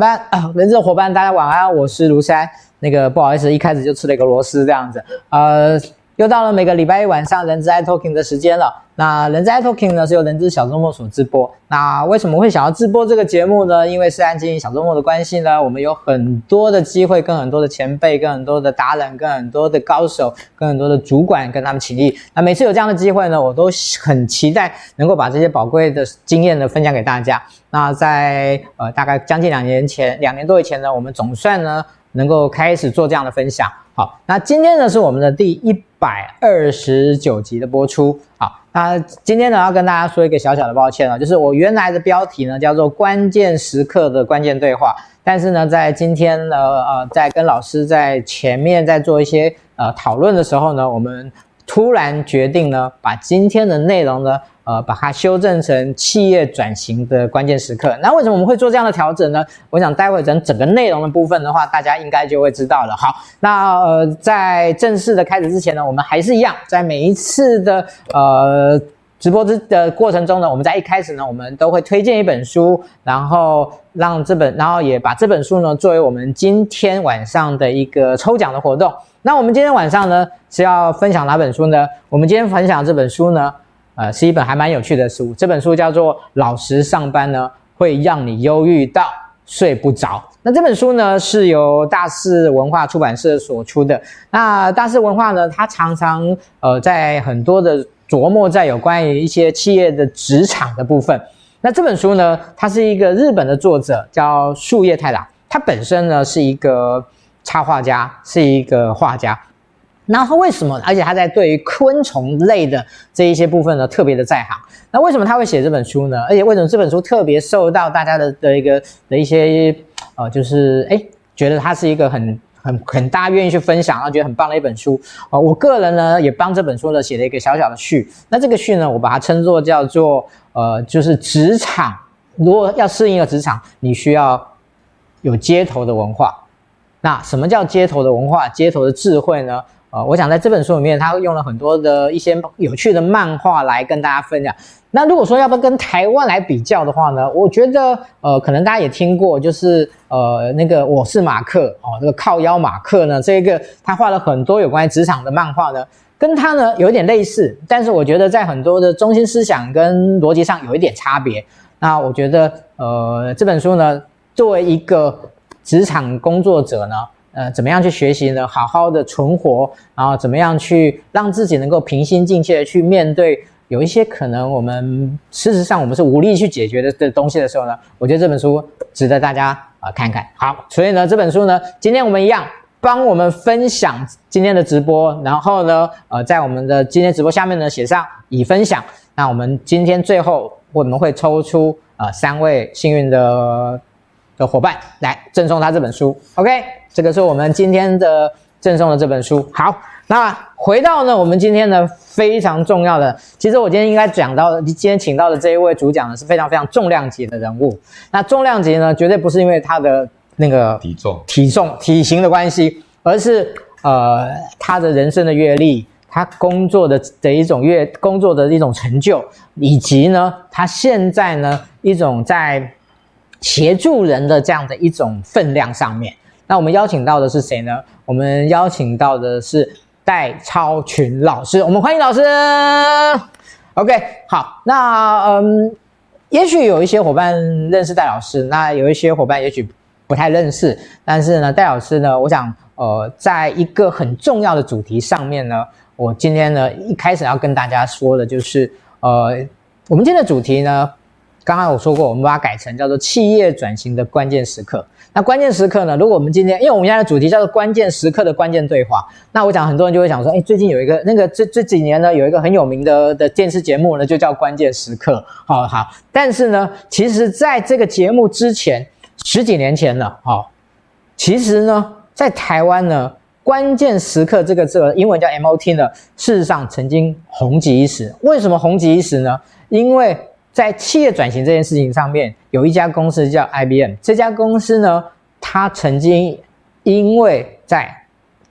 人资的伙伴，大家晚安，我是卢山。不好意思，一开始就吃了一个螺丝这样子。又到了每个礼拜一晚上人资爱 Talking 的时间了。那人资爱 Talking 呢是由人资小周末所直播。那为什么会想要直播这个节目呢？因为是按经营小周末的关系呢，我们有很多的机会跟很多的前辈、跟很多的达人、跟很多的高手、跟很多的主管跟他们起立。那每次有这样的机会呢，我都很期待能够把这些宝贵的经验呢分享给大家。那在大概将近2年多以前呢，我们总算呢能够开始做这样的分享。好，那今天呢是我们的第129集的播出。好，那今天呢要跟大家说一个小小的抱歉就是我原来的标题呢叫做关键时刻的关键对话，但是呢在今天呢在跟老师在前面在做一些讨论的时候呢，我们突然决定呢把今天的内容呢把它修正成企业转型的关键时刻。那为什么我们会做这样的调整呢？我想待会整个内容的部分的话，大家应该就会知道了。好，那在正式的开始之前呢，我们还是一样，在每一次的直播的过程中呢，我们在一开始呢，我们都会推荐一本书，然后也把这本书呢作为我们今天晚上的一个抽奖的活动。那我们今天晚上呢是要分享哪本书呢？我们今天分享这本书呢是一本还蛮有趣的书。这本书叫做《老实上班呢会让你忧郁到睡不着》。那这本书呢是由大是文化出版社所出的。那大是文化呢，它常常在很多的琢磨在有关于一些企业的职场的部分。那这本书呢，它是一个日本的作者叫树叶太郎，他本身呢是一个插画家，是一个画家。那他为什么？而且他在对于昆虫类的这一些部分呢，特别的在行。那为什么他会写这本书呢？而且为什么这本书特别受到大家的一些就是觉得它是一个很大愿意去分享，然后觉得很棒的一本书。我个人呢也帮这本书呢写了一个小小的序。那这个序呢，我把它称作叫做就是职场，如果要适应一个职场，你需要有街头的文化。那什么叫街头的文化？街头的智慧呢？我想在这本书里面，他用了很多的一些有趣的漫画来跟大家分享。那如果说要不要跟台湾来比较的话呢，我觉得可能大家也听过，就是我是马克这个靠腰马克呢，这个他画了很多有关于职场的漫画呢，跟他呢有一点类似，但是我觉得在很多的中心思想跟逻辑上有一点差别。那我觉得这本书呢，作为一个职场工作者呢，怎么样去学习呢？好好的存活，然后怎么样去让自己能够平心静气的去面对有一些可能我们事实上我们是无力去解决的东西的时候呢，我觉得这本书值得大家看看。好，所以呢这本书呢，今天我们一样帮我们分享今天的直播，然后呢在我们的今天直播下面呢写上已分享。那我们今天最后我们会抽出3位幸运的伙伴来赠送他这本书。 OK， 这个是我们今天的赠送的这本书。好，那回到呢我们今天呢非常重要的，其实我今天应该讲到的，今天请到的这一位主讲呢是非常非常重量级的人物。那重量级呢绝对不是因为他的那个体型的关系，而是他的人生的阅历，他工作的一种成就，以及呢他现在呢一种在协助人的这样的一种分量上面。那我们邀请到的是谁呢？我们邀请到的是戴超群老师，我们欢迎老师。 OK， 好，那也许有一些伙伴认识戴老师，那有一些伙伴也许不太认识，但是呢戴老师呢，我想在一个很重要的主题上面呢，我今天呢一开始要跟大家说的就是我们今天的主题呢，刚刚我说过，我们把它改成叫做企业转型的关键时刻。那关键时刻呢，如果我们今天，因为我们现在的主题叫做关键时刻的关键对话，那我想很多人就会想说，最近有一个这几年呢有一个很有名的电视节目呢，就叫关键时刻。好，但是呢其实在这个节目之前10几年前了，其实呢在台湾呢，关键时刻这个英文叫 MOT 呢，事实上曾经红极一时。为什么红极一时呢？因为在企业转型这件事情上面，有一家公司叫 IBM， 这家公司呢，它曾经因为在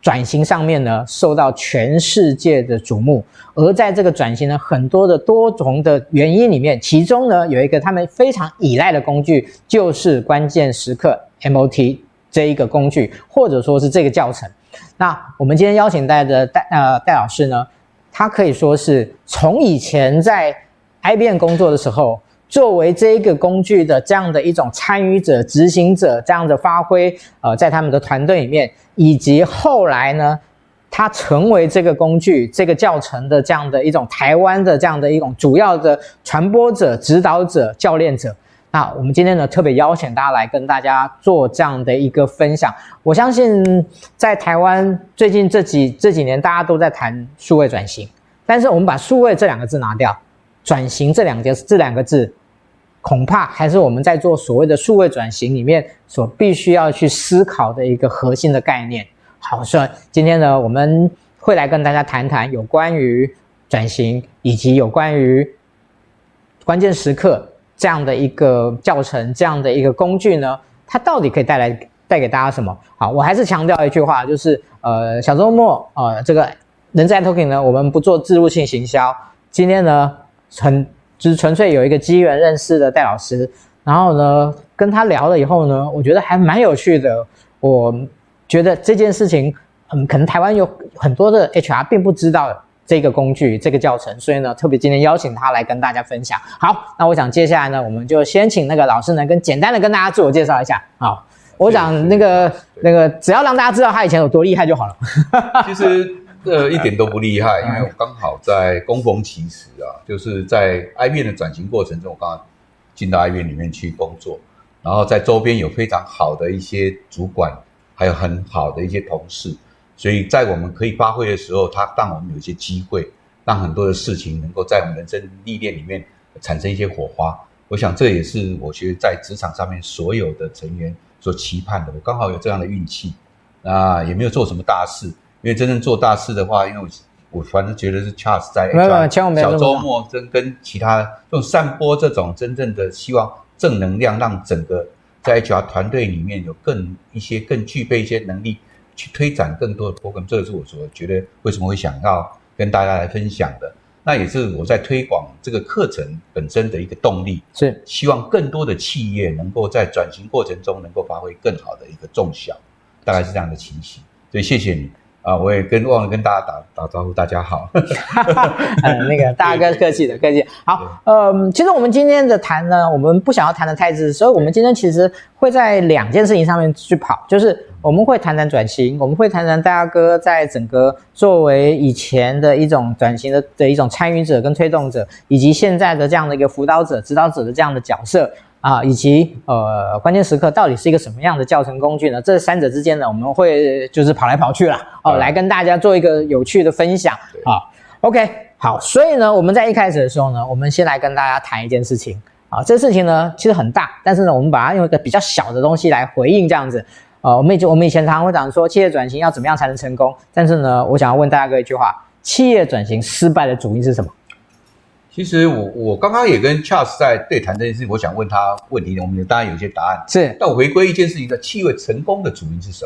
转型上面呢，受到全世界的瞩目。而在这个转型呢，很多的多重的原因里面，其中呢有一个他们非常依赖的工具，就是关键时刻 MOT 这一个工具，或者说是这个教程。那我们今天邀请戴老师呢，他可以说是从以前在 IBM 工作的时候，作为这一个工具的这样的一种参与者、执行者这样的发挥，在他们的团队里面，以及后来呢，他成为这个工具、这个教程的这样的一种台湾的这样的一种主要的传播者、指导者、教练者。那我们今天呢，特别邀请大家来跟大家做这样的一个分享。我相信在台湾最近这几年，大家都在谈数位转型，但是我们把数位这两个字拿掉，转型这两个字，恐怕还是我们在做所谓的数位转型里面所必须要去思考的一个核心的概念。好，所以今天呢，我们会来跟大家谈谈有关于转型，以及有关于关键时刻这样的一个教程，这样的一个工具呢，它到底可以带给大家什么？好，我还是强调一句话，就是小周末这个人在 Talking 呢，我们不做置入性行销。今天呢，就是纯粹有一个机缘认识的戴老师，然后呢跟他聊了以后呢，我觉得还蛮有趣的。我觉得这件事情，可能台湾有很多的 HR 并不知道这个工具、这个教程，所以呢，特别今天邀请他来跟大家分享。好，那我想接下来呢，我们就先请那个老师呢，简单的跟大家自我介绍一下。好，我想那个只要让大家知道他以前有多厉害就好了。 其实一点都不厉害，因为我刚好在恭逢其时啊，就是在 IBM 的转型过程中，我刚好进到 IBM 里面去工作，然后在周边有非常好的一些主管，还有很好的一些同事，所以在我们可以发挥的时候，它让我们有一些机会，让很多的事情能够在我们人生历练里面产生一些火花。我想这也是我觉得在职场上面所有的成员所期盼的。我刚好有这样的运气，那也没有做什么大事，因为真正做大事的话，因为我反正觉得是 Charles 在 HR 小周末跟其他这种散播这种真正的希望正能量，让整个在 HR 团队里面有更具备一些能力去推展更多的 program， 这个是我所觉得为什么会想要跟大家来分享的。那也是我在推广这个课程本身的一个动力，是希望更多的企业能够在转型过程中能够发挥更好的一个重效，大概是这样的情形。所以谢谢你啊，我也忘了跟大家打招呼，大家好。 那个大哥客气的，客气。好，其实我们今天的谈呢，我们不想要谈的太直，所以我们今天其实会在两件事情上面去跑，就是我们会谈谈转型，我们会谈谈大哥在整个作为以前的一种转型的一种参与者跟推动者，以及现在的这样的一个辅导者、指导者的这样的角色。以及关键时刻到底是一个什么样的教程工具呢？这三者之间呢，我们会就是跑来跑去啦，来跟大家做一个有趣的分享啊。OK， 好，所以呢，我们在一开始的时候呢，我们先来跟大家谈一件事情啊。这事情呢其实很大，但是呢，我们把它用一个比较小的东西来回应这样子。我们以前常常会讲说企业转型要怎么样才能成功，但是呢，我想要问大家一句话：企业转型失败的主因是什么？ 其实我刚刚也跟 Charles 在对谈这件事情，我想问他问题，我们当然有一些答案。 是， 但我回归一件事情，企业成功的主因是什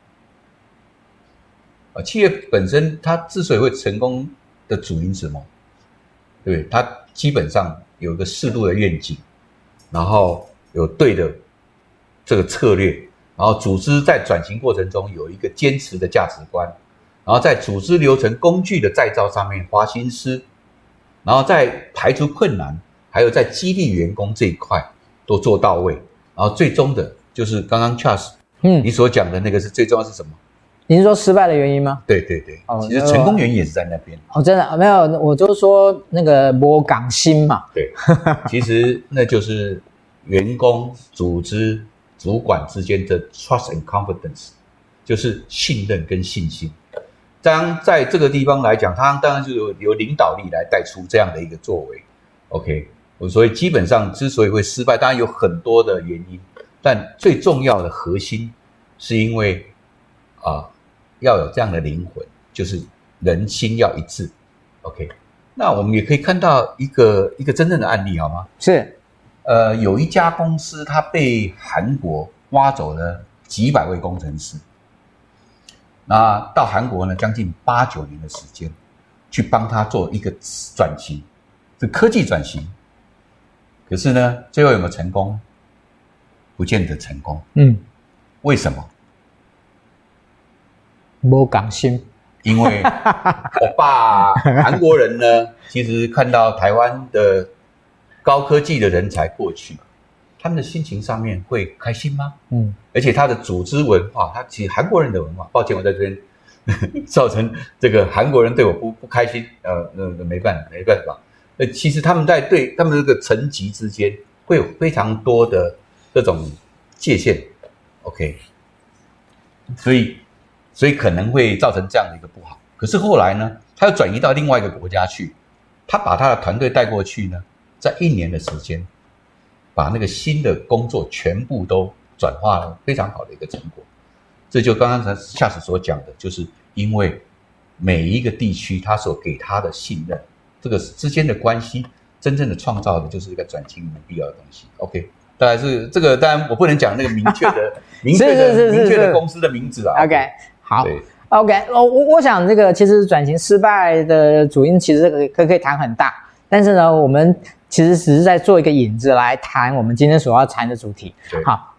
么？企业本身它之所以会成功的主因是什么？对，它基本上有一个适度的愿景，然后有对的这个策略，然后组织在转型过程中有一个坚持的价值观，然后在组织流程工具的再造上面花心思。然后在排除困难，还有在激励员工这一块都做到位，然后最终的就是刚刚 Charles 你所讲的那个是最重要是什么？ 你是说失败的原因吗？ 对对对，其实成功原因也是在那边。 真的没有，我就说那个摸港心嘛。 对，其实那就是员工、组织、主管之间的 trust and confidence， 就是信任跟信心。当在这个地方来讲，他当然就有领导力来带出这样的一个作为 ，OK， 所以基本上之所以会失败，当然有很多的原因，但最重要的核心是因为要有这样的灵魂，就是人心要一致 ，OK。那我们也可以看到一个真正的案例，好吗？ 是， 有一家公司，它被韩国挖走了几百位工程师。 那到韩国呢，将近8、9年的时间，去帮他做一个转型，是科技转型。可是呢，最后有没有成功？不见得成功。为什么？ 没港心。 因为我爸韩国人呢，其实看到台湾的高科技的人才过去，他们的心情上面会开心吗？而且他的组织文化，他其实韩国人的文化，抱歉我在这边造成这个韩国人对我不开心，没办法。其实他们在对他们这个层级之间会有非常多的这种界限 ，OK， 所以可能会造成这样的一个不好。可是后来呢，他又转移到另外一个国家去，他把他的团队带过去呢，在1年的时间，把那个新的工作全部都转化了非常好的一个成果。这就刚刚夏使所讲的，就是因为每一个地区他所给他的信任，这个之间的关系，真正的创造的就是一个转型必要的东西。OK， 大概是这个，当然我不能讲那个明确的公司的名字啊。 OK， 好 ，OK， 我想这个其实转型失败的主因其实可以谈很大，但是呢，我们其实只是在做一个引子来谈我们今天所要谈的主题。好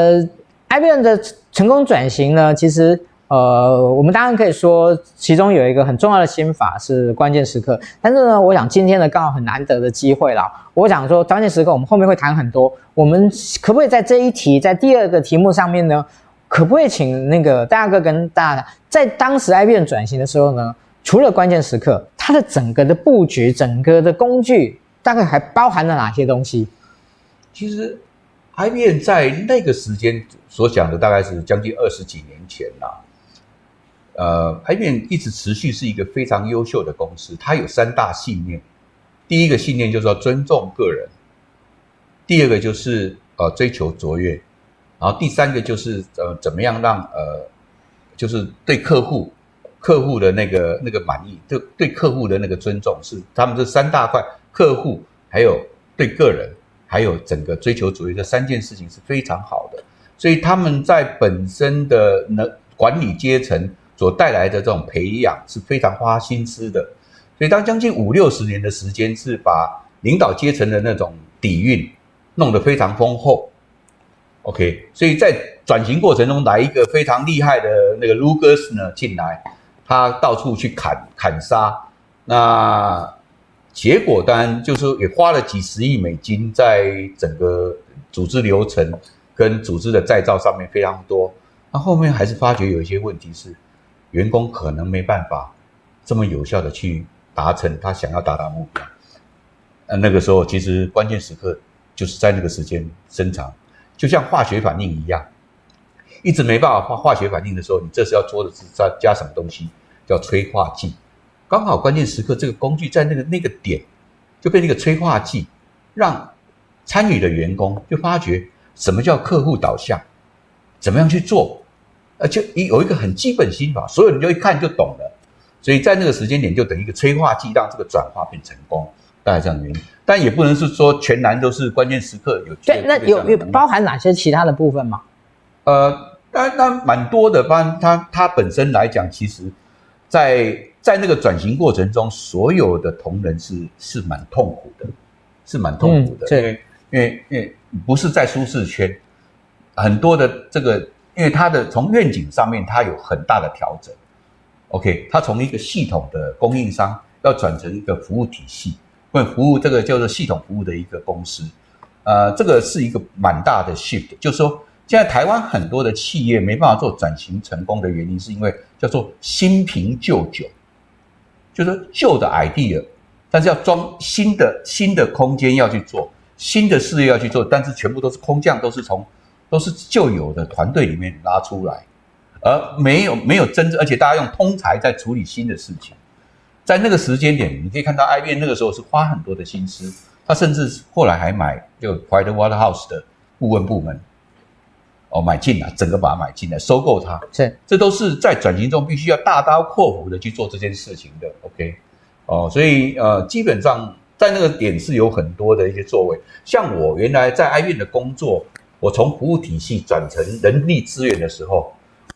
，IBM 的成功转型呢，其实我们当然可以说其中有一个很重要的心法是关键时刻，但是呢，我想今天呢刚好很难得的机会啦，我想说关键时刻我们后面会谈很多，我们可不可以在这一题，在第2个题目上面呢，可不可以请那个大哥跟大家在当时 IBM 转型的时候呢，除了关键时刻，它的整个的布局、整个的工具大概还包含了哪些东西？ 其实 IBM 在那个时间所讲的大概是将近20几年前啦。IBM 一直持续是一个非常优秀的公司，它有3大信念。第一个信念就是要尊重个人，第二个就是追求卓越，然后第3个就是怎么样让就是对客户的那个满意，对客户的那个尊重，是他们这3大块，客户还有对个人，还有整个追求卓越，这3件事情是非常好的。所以他们在本身的管理阶层所带来的这种培养是非常花心思的，所以当将近50、60年的时间是把领导阶层的那种底蕴弄得非常丰厚。OK， 所以在转型过程中来一个非常厉害的那个 Lucas 呢进来，他到处去砍杀，那结果当然就是也花了几十亿美金在整个组织流程跟组织的再造上面非常多，那后面还是发觉有一些问题是员工可能没办法这么有效的去达成他想要达到目标。那个时候其实关键时刻就是在那个时间生长，就像化学反应一样，一直没办法化学反应的时候，你这时要做的是加什么东西，叫催化剂。刚好关键时刻这个工具在那个点就变成一个催化剂，让参与的员工就发觉什么叫客户导向，怎么样去做，而且有一个很基本心法，所有人就一看就懂了。所以在那个时间点就等于一个催化剂，让这个转化变成功，大概这样的原因。但也不能是说全然都是关键时刻有。 对，那有包含哪些其他的部分吗？ 当然蛮多的。当然它本身来讲，其实在那个转型过程中，所有的同仁是蛮痛苦的，是蛮痛苦的。因为不是在舒适圈，很多的这个，因为它的从愿景上面它有很大的调整。OK， 它从一个系统的供应商要转成一个服务体系，或者服务这个叫做系统服务的一个公司。这个是一个蛮大的 shift， 就是说现在台湾很多的企业没办法做转型成功的原因，是因为叫做新瓶旧酒，就是说旧的 idea， 但是要装新的空间要去做，新的事业要去做，但是全部都是空降，都是旧有的团队里面拉出来，而没有真正，而且大家用通才在处理新的事情。在那个时间点，你可以看到 IBM 那个时候是花很多的心思，他甚至后来还买就 Pricewaterhouse 的顾问部门，买进来，整个把它买进来，收购它。 是， 这都是在转型中必须要大刀阔斧的去做这件事情的。OK， 所以基本上在那个点是有很多的一些作为。像我原来在 IBM 的工作，我从服务体系转成人力资源的时候，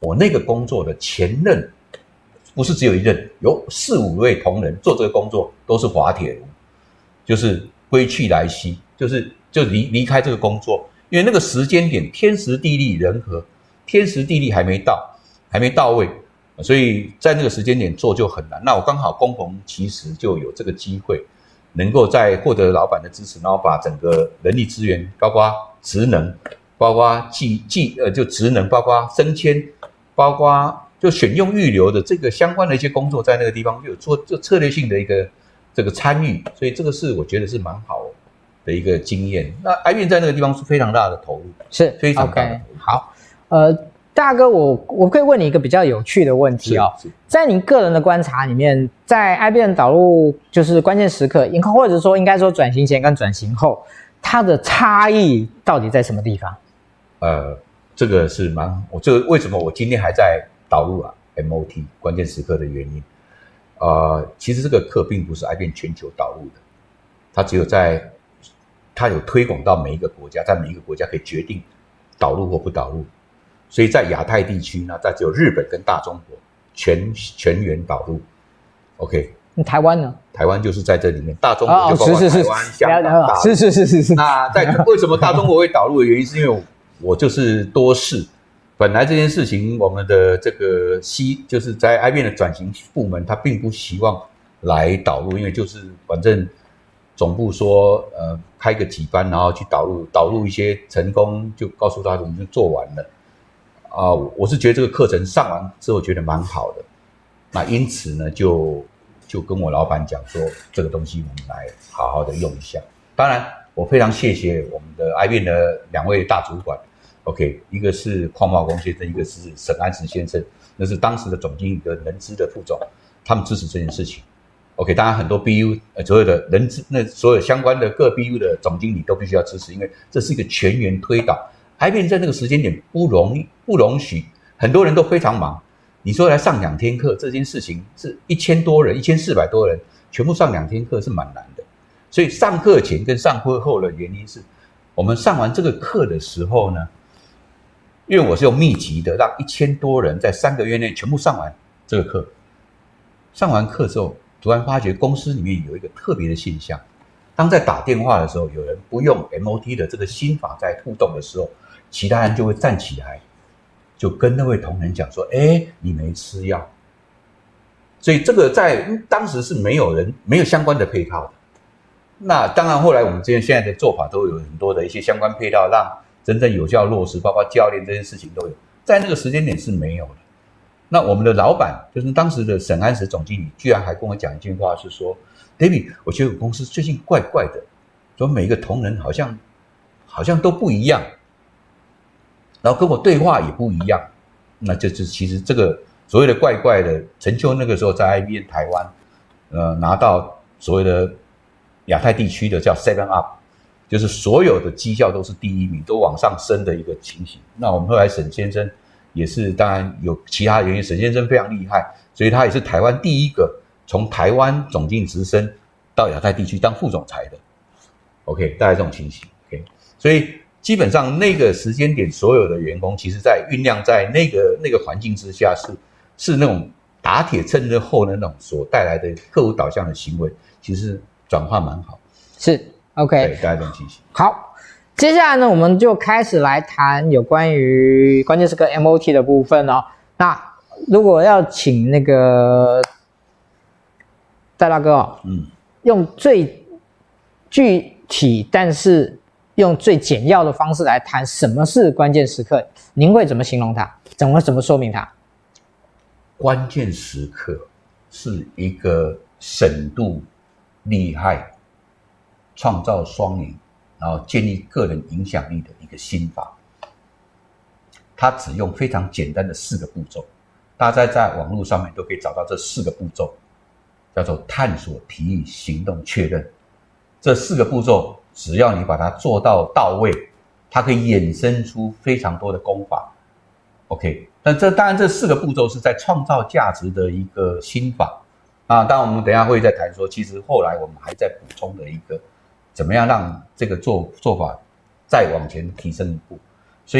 我那个工作的前任不是只有一任，有4、5位同仁做这个工作都是滑铁卢，就是归去来兮，就离开这个工作，因为那个时间点天时地利人和，天时地利还没到位，所以在那个时间点做就很难。那我刚好恭逢其时，就有这个机会，能够在获得老板的支持，然后把整个人力资源，包括职能，包括就职能，包括升迁，包括就选用预留的这个相关的一些工作，在那个地方就有做策略性的一个这个参与，所以这个是我觉得是蛮好的一个经验。那IBM在那个地方是非常大的投入， 是非常大的投入。 好，大哥，我可以问你一个比较有趣的问题哦，在您个人的观察里面，在 IBM 导入就是关键时刻，或者说应该说转型前跟转型后，它的差异到底在什么地方？ 这个是这个为什么我今天还在导入MOT 关键时刻的原因。其实这个课并不是 IBM 全球导入的，它只有它有推广到每一个国家，在每一个国家可以决定导入或不导入。所以在亚太地区呢，只有日本跟大中国全员导入。OK， 台湾呢？ 台湾就是在这里面，大中国就包括台湾、香港、大陆。 是。 那为什么大中国会导入的原因，是因为我就是多事。本来这件事情，我们的这个就是在 IBM 的转型部门，他并不希望来导入，因为就是反正总部说开个几班，然后去导入一些成功，就告诉他我们就做完了。我是觉得这个课程上完之后觉得蛮好的，那因此呢就跟我老板讲说，这个东西我们来好好的用一下。当然我非常谢谢我们的 IBM 的2位大主管 ，OK， 一个是邝茂公先生，一个是沈安石先生，那是当时的总经理跟人资的副总，他们支持这件事情。OK， 当然很多 BU 所有的人资，那所有相关的各 BU 的总经理都必须要支持，因为这是一个全员推导。IBM 在那个时间点不容许，很多人都非常忙。你说来上2天课这件事情是1000多人，1400多人全部上2天课是蛮难的。所以上课前跟上课后的原因是，我们上完这个课的时候呢，因为我是用密集的，让1000多人在3个月内全部上完这个课。上完课之后，突然发觉公司里面有一个特别的现象，当在打电话的时候，有人不用 MOT 的这个心法在互动的时候，其他人就会站起来，就跟那位同仁讲说：“你没吃药。”所以这个在当时是没有相关的配套的。那当然，后来我们现在的做法都有很多的一些相关配套，让真正有效落实，包括教练这件事情都有。在那个时间点是没有的。那我们的老板就是当时的沈安石总经理，居然还跟我讲一句话，是说 ：“David， 我觉得我公司最近怪怪的，说每一个同仁好像都不一样。”然后跟我对话也不一样，那就是其实这个所谓的怪怪的，陈秋那个时候在 IBM 台湾，拿到所谓的亚太地区的叫 7 Up， 就是所有的绩效都是第1名，都往上升的一个情形。那我们后来沈先生也是，当然有其他原因，沈先生非常厉害，所以他也是台湾第一个从台湾总经理直升到亚太地区当副总裁的。OK， 大概这种情形。OK， 所以。基本上那个时间点，所有的员工其实在酝酿在那个环境之下，是那种打铁趁热后的那种所带来的客户导向的行为，其实转换蛮好。 是 OK， 对，大家这种情形。 好，接下来呢，我们就开始来谈有关于关键时刻 MOT 的部分哦。那如果要请那个戴大哥哦，用最具体但是用最简要的方式来谈什么是关键时刻，您会怎么形容它？怎么说明它？ 关键时刻是一个深度、厉害、创造双赢，然后建立个人影响力的一个心法。它只用非常简单的4个步骤，大家在网络上面都可以找到这4个步骤，叫做探索、提议、行动、确认。这4个步骤。只要你把它做到位，它可以衍生出非常多的功法。OK， 但当然这4个步骤是在创造价值的一个心法啊。当然我们等一下会再谈说，其实后来我们还在补充的一个，怎么样让这个做法再往前提升一步。所以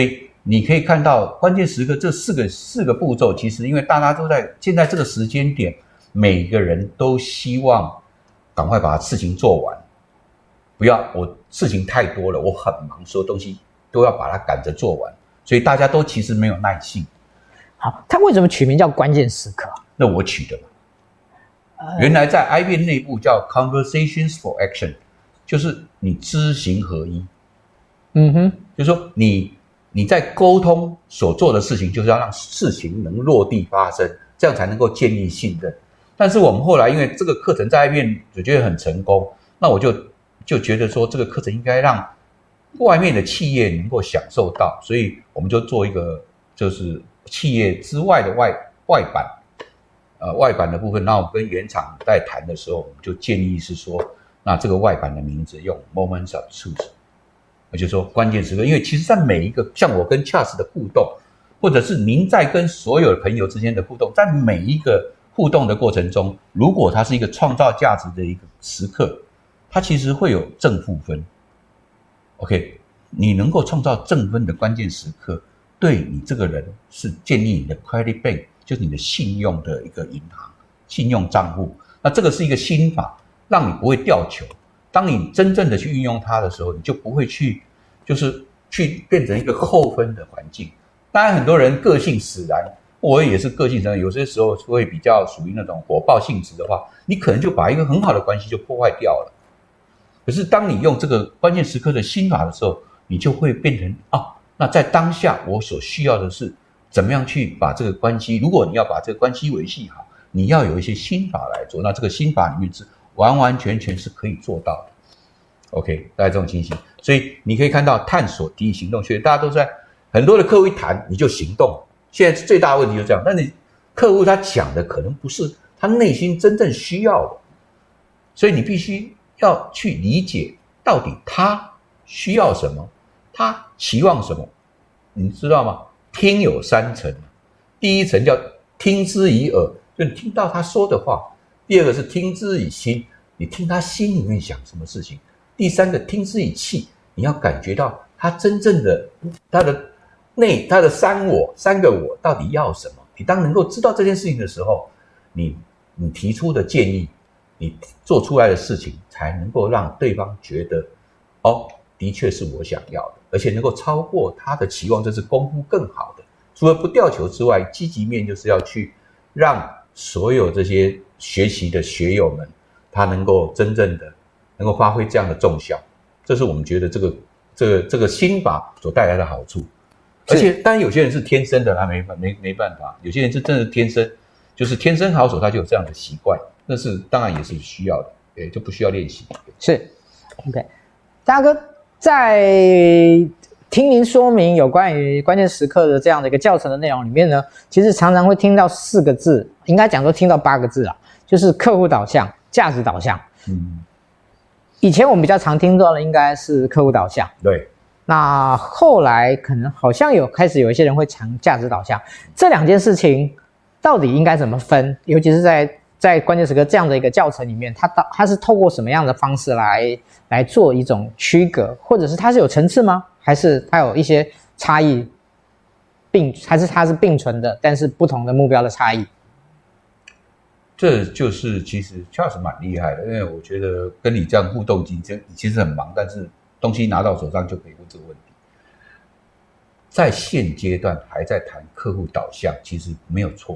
你可以看到关键时刻这四个步骤，其实因为大家都在现在这个时间点，每个人都希望赶快把事情做完，不要我事情太多了，我很忙，所有东西都要把它赶着做完，所以大家都其实没有耐性。 好，他为什么取名叫关键时刻？ 那我取的嘛。原来在 IBM 内部叫 Conversations for Action， 就是你知行合一。就是说你在沟通所做的事情，就是要让事情能落地发生，这样才能够建立信任。但是我们后来因为这个课程在 IBM 我觉得很成功，那我就觉得说这个课程应该让外面的企业能够享受到，所以我们就做一个就是企业之外的外版。外版的部分，那我们跟原厂在谈的时候，我们就建议是说，那这个外版的名字用 Moments of Truth， 也就是说关键时刻。因为其实在每一个像我跟 Charles 的互动，或者是您在跟所有的朋友之间的互动，在每一个互动的过程中，如果它是一个创造价值的一个时刻，它其实会有正负分。OK， 你能够创造正分的关键时刻，对你这个人是建立你的 credit bank，就是你的信用的一个银行信用账户。那这个是一个心法，让你不会掉球。当你真正的去运用它的时候，你就不会去变成一个扣分的环境。当然很多人个性使然，我也是个性使然，有些时候会比较属于那种火爆性质的话，你可能就把一个很好的关系就破坏掉了。可是当你用这个关键时刻的心法的时候，你就会变成那在当下我所需要的是怎么样去把这个关系，如果你要把这个关系维系好，你要有一些心法来做，那这个心法里面是完完全全是可以做到的。OK， 大概这种情形，所以你可以看到探索、提议、行动，所以大家都在很多的客户一谈你就行动。现在最大的问题就这样，但你客户他讲的可能不是他内心真正需要的，所以你必须要去理解到底他需要什么，他期望什么，你知道吗？听有3层，第一层叫听之以耳，就你听到他说的话；第二个是听之以心，你听他心里面想什么事情；第三个听之以气，你要感觉到他真正的他的三个我到底要什么。你当能够知道这件事情的时候，你提出的建议，你做出来的事情才能够让对方觉得的确是我想要的，而且能够超过他的期望，这是功夫更好的。除了不掉球之外，积极面就是要去让所有这些学习的学友们，他能够真正的能够发挥这样的重效，这是我们觉得这个心法所带来的好处。而且当然有些人是天生的，他没办法，有些人是真的天生，就是天生好手，他就有这样的习惯，那是当然也是需要的，就不需要练习。 是 OK， 大哥在听您说明有关于关键时刻的这样的一个教程的内容里面呢，其实常常会听到4个字，应该讲说听到8个字就是客户导向、价值导向。以前我们比较常听到的应该是客户导向， 对。 那后来可能好像开始有一些人会讲价值导向，这2件事情到底应该怎么分？尤其是在关键时刻这样的一个教程里面，它是透过什么样的方式来做一种区隔，或者是它是有层次吗？还是它有一些差异还是它是并存的，但是不同的目标的差异？ 这就是其实 Charles 蛮厉害的，因为我觉得跟你这样互动，你其实很忙，但是东西拿到手上就可以问这个问题。在现阶段还在谈客户导向，其实没有错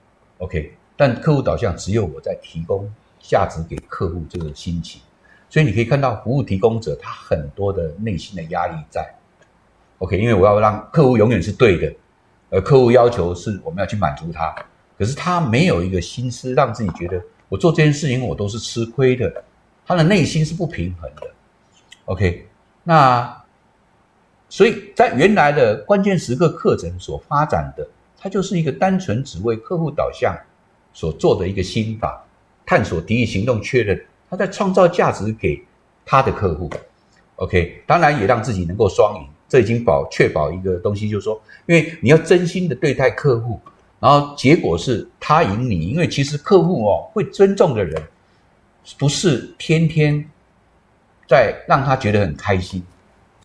，OK。但客户导向只有我在提供价值给客户这个心情，所以你可以看到服务提供者他很多的内心的压力在 ，OK。因为我要让客户永远是对的，客户要求是我们要去满足他，可是他没有一个心思让自己觉得我做这件事情我都是吃亏的，他的内心是不平衡的。OK， 那所以在原来的关键时刻课程所发展的，它就是一个单纯只为客户导向所做的一个心法，探索、提议、行动、确认，他在创造价值给他的客户。OK， 当然也让自己能够双赢，这已经确保一个东西，就是说，因为你要真心的对待客户，然后结果是他赢你，因为其实客户会尊重的人，不是天天在让他觉得很开心，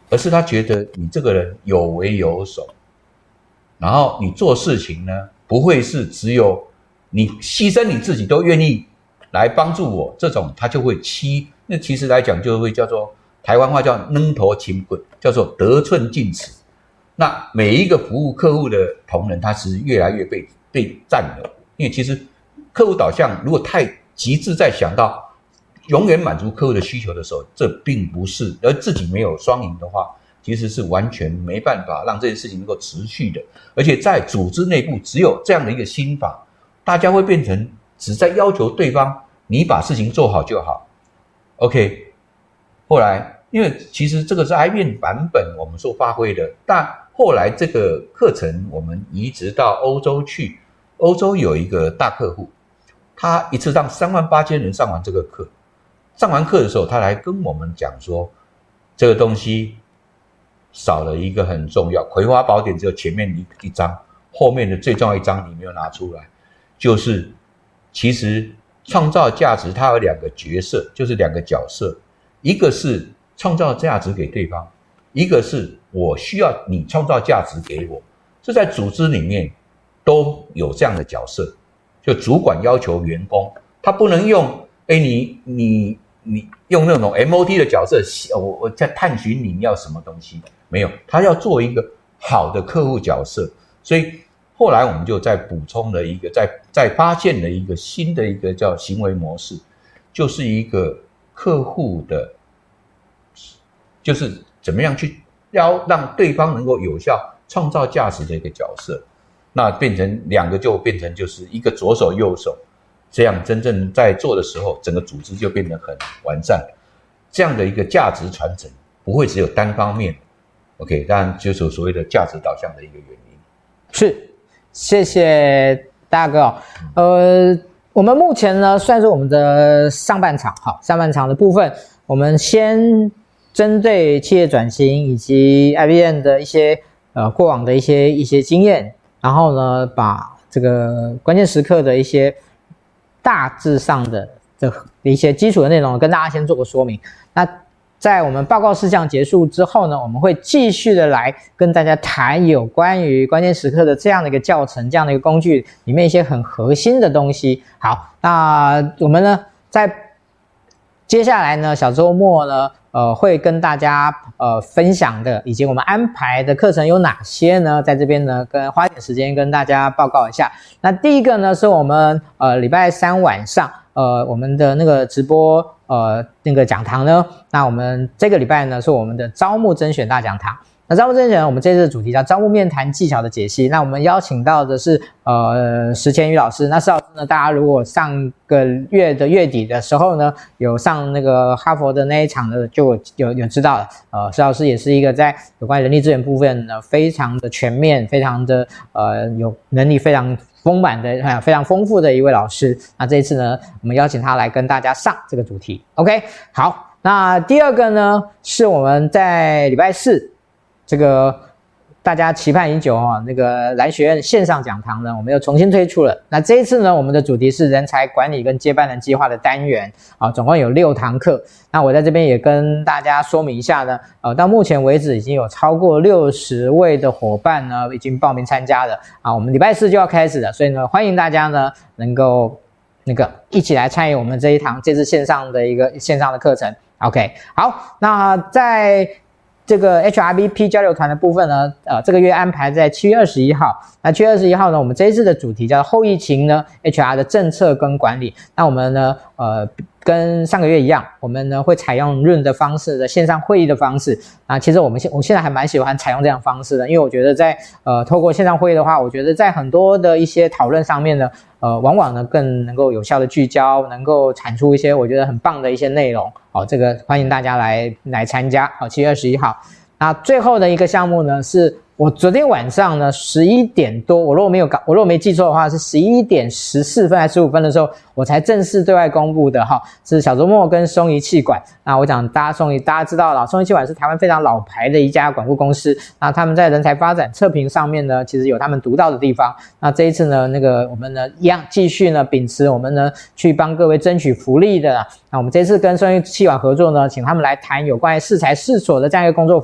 而是他觉得你这个人有为有守，然后你做事情呢，不会是只有你牺牲你自己都愿意来帮助我，这种他就会那其实来讲就会叫做台湾话叫扔头轻棍，叫做得寸进尺。那每一个服务客户的同仁，他是越来越被占了，因为其实客户导向如果太极致，在想到永远满足客户的需求的时候，这并不是，而自己没有双赢的话，其实是完全没办法让这件事情能够持续的。而且在组织内部，只有这样的一个心法，大家会变成只在要求对方你把事情做好就好。OK， 后来因为其实这个是 IBM 版本我们所发挥的，但后来这个课程我们移植到欧洲去，欧洲有一个大客户，他一次让38000人上完这个课，上完课的时候他来跟我们讲说，这个东西少了一个很重要，葵花宝典只有前面一章，后面的最重要一章你没有拿出来，就是其实创造价值它有两个角色，就是两个角色，一个是创造价值给对方，一个是我需要你创造价值给我。这在组织里面都有这样的角色，就主管要求员工，他不能用你用那种 MOT 的角色，我在探寻你要什么东西，没有，他要做一个好的客户角色。所以后来我们就再补充了一个，再发现了一个新的一个叫行为模式，就是一个客户的，就是怎么样去要让对方能够有效创造价值的一个角色。那变成两个就变成就是一个左手右手，这样真正在做的时候，整个组织就变得很完善。这样的一个价值传承不会只有单方面 ，OK， 当然就是所谓的价值导向的一个原因。 是，谢谢大哥。我们目前呢算是我们的上半场，好，上半场的部分，我们先针对企业转型以及 IBM 的一些过往的一些经验，然后呢把这个关键时刻的一些大致上的一些基础的内容跟大家先做个说明。那在我们报告事项结束之后呢，我们会继续的来跟大家谈有关于关键时刻的这样的一个教程，这样的一个工具里面一些很核心的东西。好，那我们呢在接下来呢小周末呢会跟大家分享的以及我们安排的课程有哪些呢，在这边呢花一点时间跟大家报告一下。那第一个呢是我们礼拜三晚上我们的那个直播那个讲堂呢，那我们这个礼拜呢是我们的招募甄选大讲堂。那招募甄选我们这次的主题叫招募面谈技巧的解析。那我们邀请到的是石乾宇老师。那石老师呢，大家如果上个月的月底的时候呢有上那个哈佛的那一场的就有知道了。石老师也是一个在有关人力资源部分呢非常的全面，非常的有能力非常丰满的非常丰富的一位老师。那这一次呢我们邀请他来跟大家上这个主题。 OK， 好，那第二个呢是我们在礼拜四这个大家期盼已久那个蓝学院线上讲堂呢我们又重新推出了。那这一次呢我们的主题是人才管理跟接班人计划的单元总共有6堂课。那我在这边也跟大家说明一下呢到目前为止已经有超过60位的伙伴呢已经报名参加了我们礼拜四就要开始了，所以呢欢迎大家呢能够一起来参与我们这次线上的课程。 OK， 好，那在这个 HRBP 交流团的部分呢这个月安排在7月21号。那7月21号呢我们这一次的主题叫后疫情呢 HR 的政策跟管理。那我们呢跟上个月一样，我们呢会采用 Zoom 的方式的线上会议的方式。其实我现在还蛮喜欢采用这样的方式的，因为我觉得在透过线上会议的话，我觉得在很多的一些讨论上面呢往往呢更能够有效的聚焦，能够产出一些我觉得很棒的一些内容。这个欢迎大家来参加。7月21号。那最后的一个项目呢是我昨天晚上呢11点多，我如果没记错的话是11点14分还是15分的时候我才正式对外公布的是小周末跟松仪企管。那我讲大家知道了，松仪企管是台湾非常老牌的一家管顾公司。那他们在人才发展测评上面呢其实有他们独到的地方。那这一次呢我们呢一样继续呢秉持我们呢去帮各位争取福利的那我们这次跟松仪企管合作呢请他们来谈有关于适才适所的这样一个工作坊。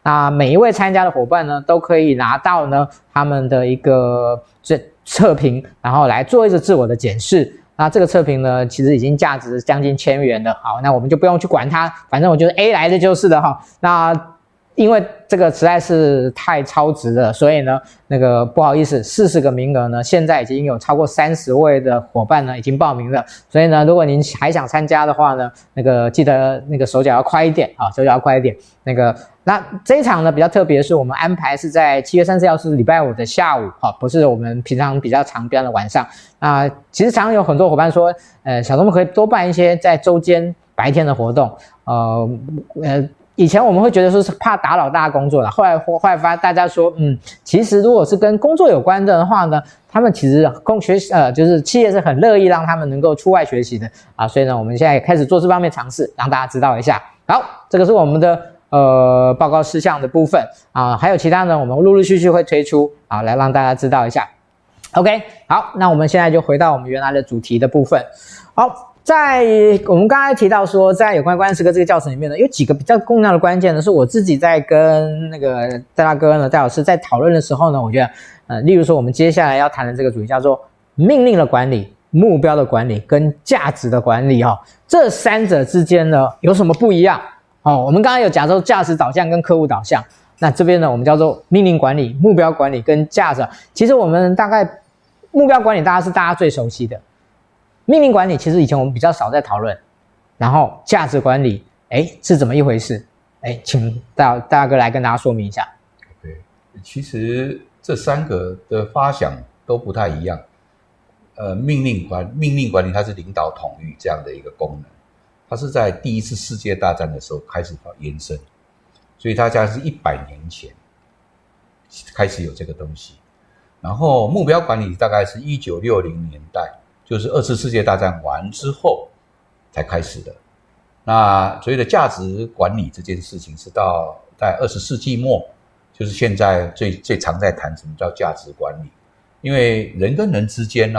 那每一位参加的伙伴呢，都可以拿到呢他们的一个测评，然后来做一个自我的检视。那这个测评呢，其实已经价值将近1000元了。好，那我们就不用去管它，反正我觉得 A 来的就是的哈。那因为这个实在是太超值了，所以呢，那个不好意思，40个名额呢，现在已经有超过30位的伙伴呢已经报名了。所以呢，如果您还想参加的话呢，那个记得那个手脚要快一点啊，手脚要快一点。那这一场呢比较特别，是我们安排是在7月30号是礼拜5的下午，不是我们平常比较常办的晚上。其实常常有很多伙伴说，小周末可以多办一些在周间白天的活动，以前我们会觉得说是怕打扰大家工作啦，后来发大家说，其实如果是跟工作有关的话呢，他们其实就是企业是很乐意让他们能够出外学习的啊，所以呢，我们现在也开始做这方面尝试，让大家知道一下。好，这个是我们的报告事项的部分啊，还有其他呢，我们陆陆续续会推出啊，来让大家知道一下。OK， 好，那我们现在就回到我们原来的主题的部分。好。在我们刚才提到说，在有关关键时刻这个教程里面呢，有几个比较重要的关键呢，是我自己在跟那个戴大哥呢、戴老师在讨论的时候呢，我觉得，例如说我们接下来要谈的这个主题叫做命令的管理、目标的管理跟价值的管理这三者之间呢有什么不一样？我们刚刚有讲说价值导向跟客户导向，那这边呢我们叫做命令管理、目标管理跟价值。其实我们大概目标管理大家最熟悉的。命令管理其实以前我们比较少在讨论，然后价值管理，是怎么一回事？请大哥来跟大家说明一下。 OK， 其实这三个的发想都不太一样。命令管理它是领导统御这样的一个功能，它是在第一次世界大战的时候开始延伸，所以大家是100年前开始有这个东西。然后目标管理大概是1960年代。就是2次世界大战完之后才开始的。那所谓的价值管理这件事情是到在20世纪末，就是现在最常在谈什么叫价值管理。因为人跟人之间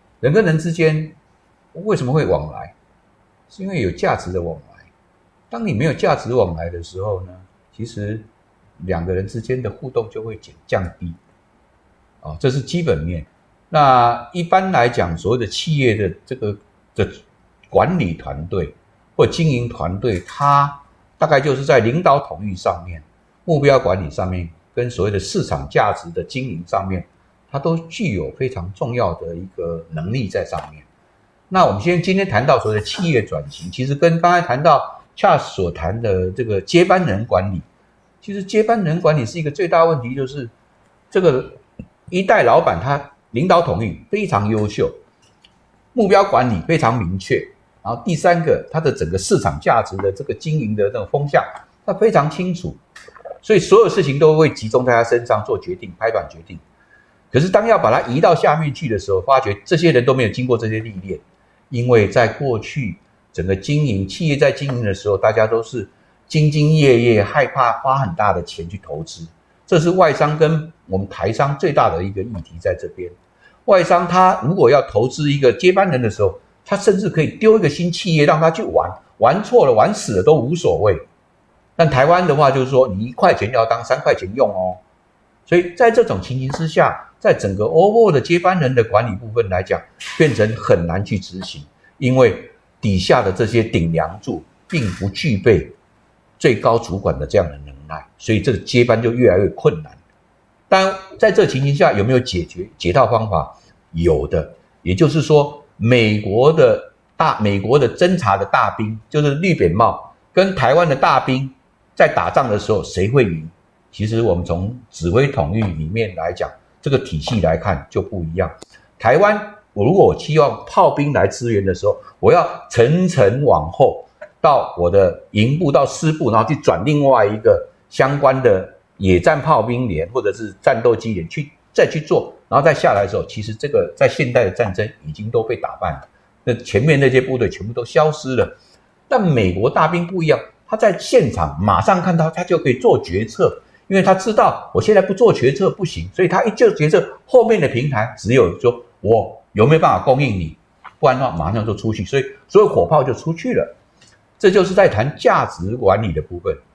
为什么会往来？是因为有价值的往来。当你没有价值往来的时候呢，其实两个人之间的互动就会降低。这是基本面。那一般来讲，所谓的企业的这个管理团队或经营团队，它大概就是在领导统御上面、目标管理上面，跟所谓的市场价值的经营上面，它都具有非常重要的一个能力在上面。那我们今天谈到所谓的企业转型，其实跟刚才谈到Charles所谈的这个接班人管理，其实接班人管理是一个最大问题，就是这个一代老板他领导统御非常优秀，目标管理非常明确，然后第三个，他的整个市场价值的这个经营的那种风向，他非常清楚，所以所有事情都会集中在他身上做决定，拍板决定。可是当要把它移到下面去的时候，发觉这些人都没有经过这些历练，因为在过去整个企业在经营的时候，大家都是兢兢业业，害怕花很大的钱去投资，这是外商跟我们台商最大的一个议题在这边。外商他如果要投资一个接班人的时候，他甚至可以丢一个新企业让他去玩错了玩死了都无所谓。但台湾的话就是说，你1块钱要当3块钱用哦。所以在这种情形之下，在整个 overall 的接班人的管理部分来讲，变成很难去执行，因为底下的这些顶梁柱并不具备最高主管的这样的能耐，所以这个接班就越来越困难。当然在这情形下有没有解套方法？有的，也就是说美国的侦察的大兵，就是绿扁帽，跟台湾的大兵在打仗的时候谁会赢？其实我们从指挥统御里面来讲，这个体系来看就不一样。台湾如果我期望炮兵来支援的时候，我要层层往后到我的营部到师部，然后去转另外一个相关的野战炮兵连或者是战斗机连再去做，然后再下来的时候，其实这个在现代的战争已经都被打败了，那前面那些部队全部都消失了。但美国大兵不一样，他在现场马上看到，他就可以做决策，因为他知道我现在不做决策不行，所以他一做决策，后面的平台只有说我有没有办法供应你，不然的话马上就出去，所以所有火炮就出去了。这就是在谈价值管理的部分。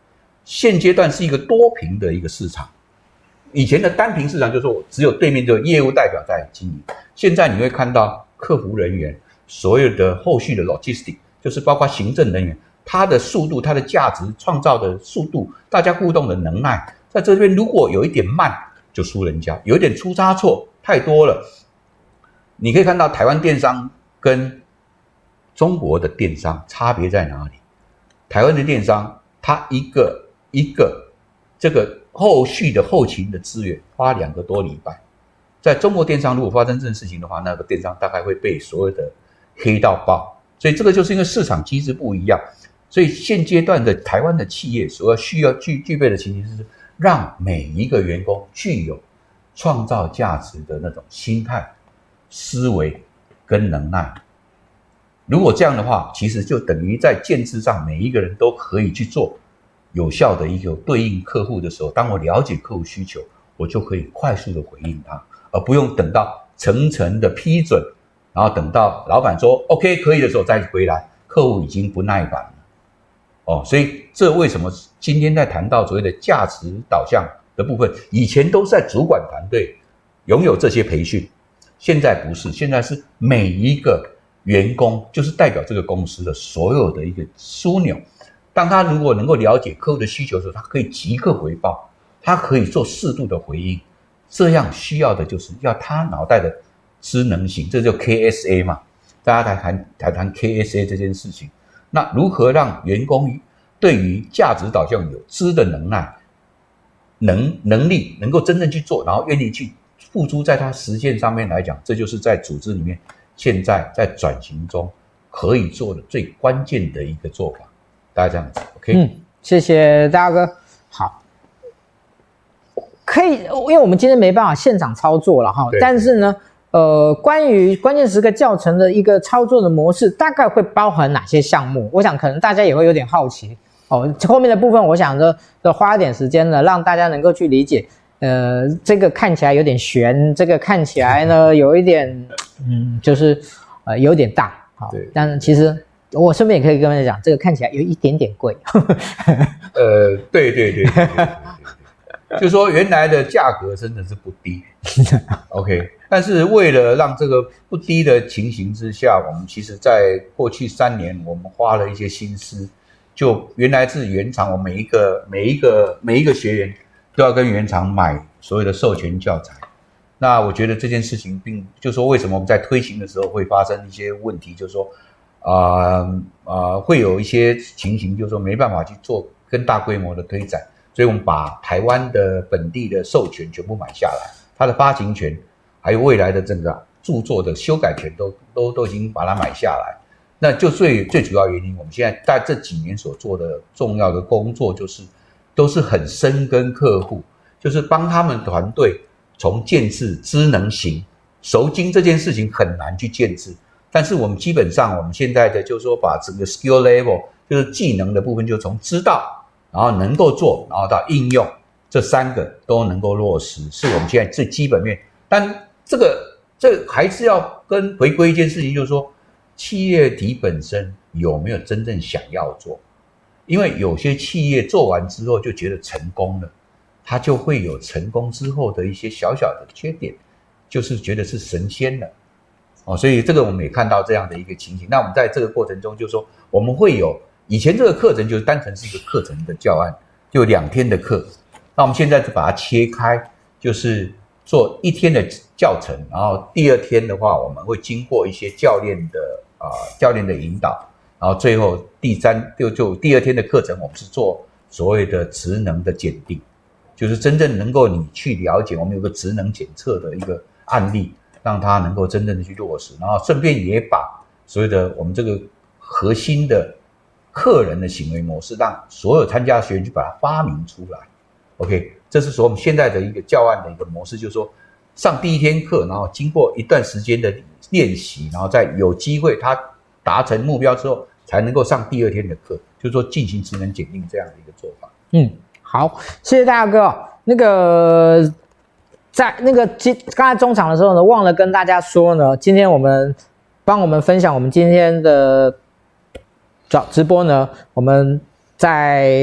现阶段是一个多屏的一个市场。以前的单屏市场就是说只有对面的业务代表在经营，现在你会看到客服人员所有的后续的 logistic， 就是包括行政人员，它的速度、它的价值创造的速度、大家互动的能耐，在这边如果有一点慢就输人家，有一点出差错太多了。你可以看到台湾电商跟中国的电商差别在哪里？台湾的电商它一个这个后续的后勤的资源花2个多礼拜，在中国电商如果发生这件事情的话，那个电商大概会被所有的黑到爆。所以这个就是因为市场机制不一样，所以现阶段的台湾的企业所需要具备的情形是让每一个员工具有创造价值的那种心态、思维跟能耐。如果这样的话，其实就等于在建制上每一个人都可以去做有效的一个对应客户的时候，当我了解客户需求，我就可以快速的回应他，而不用等到层层的批准，然后等到老板说 OK 可以的时候再回来，客户已经不耐烦了。所以这为什么今天在谈到所谓的价值导向的部分，以前都是在主管团队拥有这些培训，现在不是，现在是每一个员工就是代表这个公司的所有的一个枢纽。当他如果能够了解客户的需求的时候，他可以即刻回报，他可以做适度的回应。这样需要的就是要他脑袋的知能型，这就 KSA 嘛，大家谈 KSA 这件事情。那如何让员工对于价值导向有知的能耐、能力能够真正去做，然后愿意去付诸在他实践上面来讲，这就是在组织里面现在在转型中可以做的最关键的一个做法。大概这样子 ，OK？ 谢谢大哥。好，可以，因为我们今天没办法现场操作了哈，但是呢，关于关键时刻教程的一个操作的模式，大概会包含哪些项目？我想可能大家也会有点好奇哦。后面的部分，我想就花一点时间呢，让大家能够去理解。这个看起来有点悬，这个看起来呢有一点，就是有点大，好，但是其实。我顺便也可以跟大家讲，这个看起来有一点点贵。 对，就是说原来的价格真的是不低，OK。但是为了让这个不低的情形之下，我们其实在过去3年，我们花了一些心思，就原来是原厂，我每一个学员都要跟原厂买所有的授权教材。那我觉得这件事情就是说为什么我们在推行的时候会发生一些问题，就是说。会有一些情形，就是说没办法去做更大规模的推展，所以我们把台湾的本地的授权全部买下来，它的发行权还有未来的整个著作的修改权都已经把它买下来。那就最主要原因，我们现在在这几年所做的重要的工作，就是都是很深耕客户，就是帮他们团队从建制知能型熟经这件事情很难去建制。但是我们基本上，我们现在的就是说，把整个 skill level， 就是技能的部分，就从知道，然后能够做，然后到应用，这3个都能够落实，是我们现在最基本面。但这还是要回归一件事情，就是说，企业体本身有没有真正想要做？因为有些企业做完之后就觉得成功了，它就会有成功之后的一些小小的缺点，就是觉得是神仙了。所以这个我们也看到这样的一个情形。那我们在这个过程中，就是说我们会有以前这个课程就是单纯是一个课程的教案，就2天的课。那我们现在就把它切开，就是做1天的教程，然后第2天的话，我们会经过一些教练的引导，然后最后第2天的课程，我们是做所谓的职能的检定，就是真正能够你去了解，我们有个职能检测的一个案例。让他能够真正的去落实，然后顺便也把所谓的我们这个核心的客人的行为模式，让所有参加学员去把它发明出来。OK， 这是说我们现在的一个教案的一个模式，就是说上第1天课，然后经过一段时间的练习，然后再有机会他达成目标之后，才能够上第2天的课，就是说进行职能检定这样的一个做法。 好，谢谢大哥。在刚才中场的时候呢，忘了跟大家说呢，今天帮我们分享我们今天的直播呢，我们在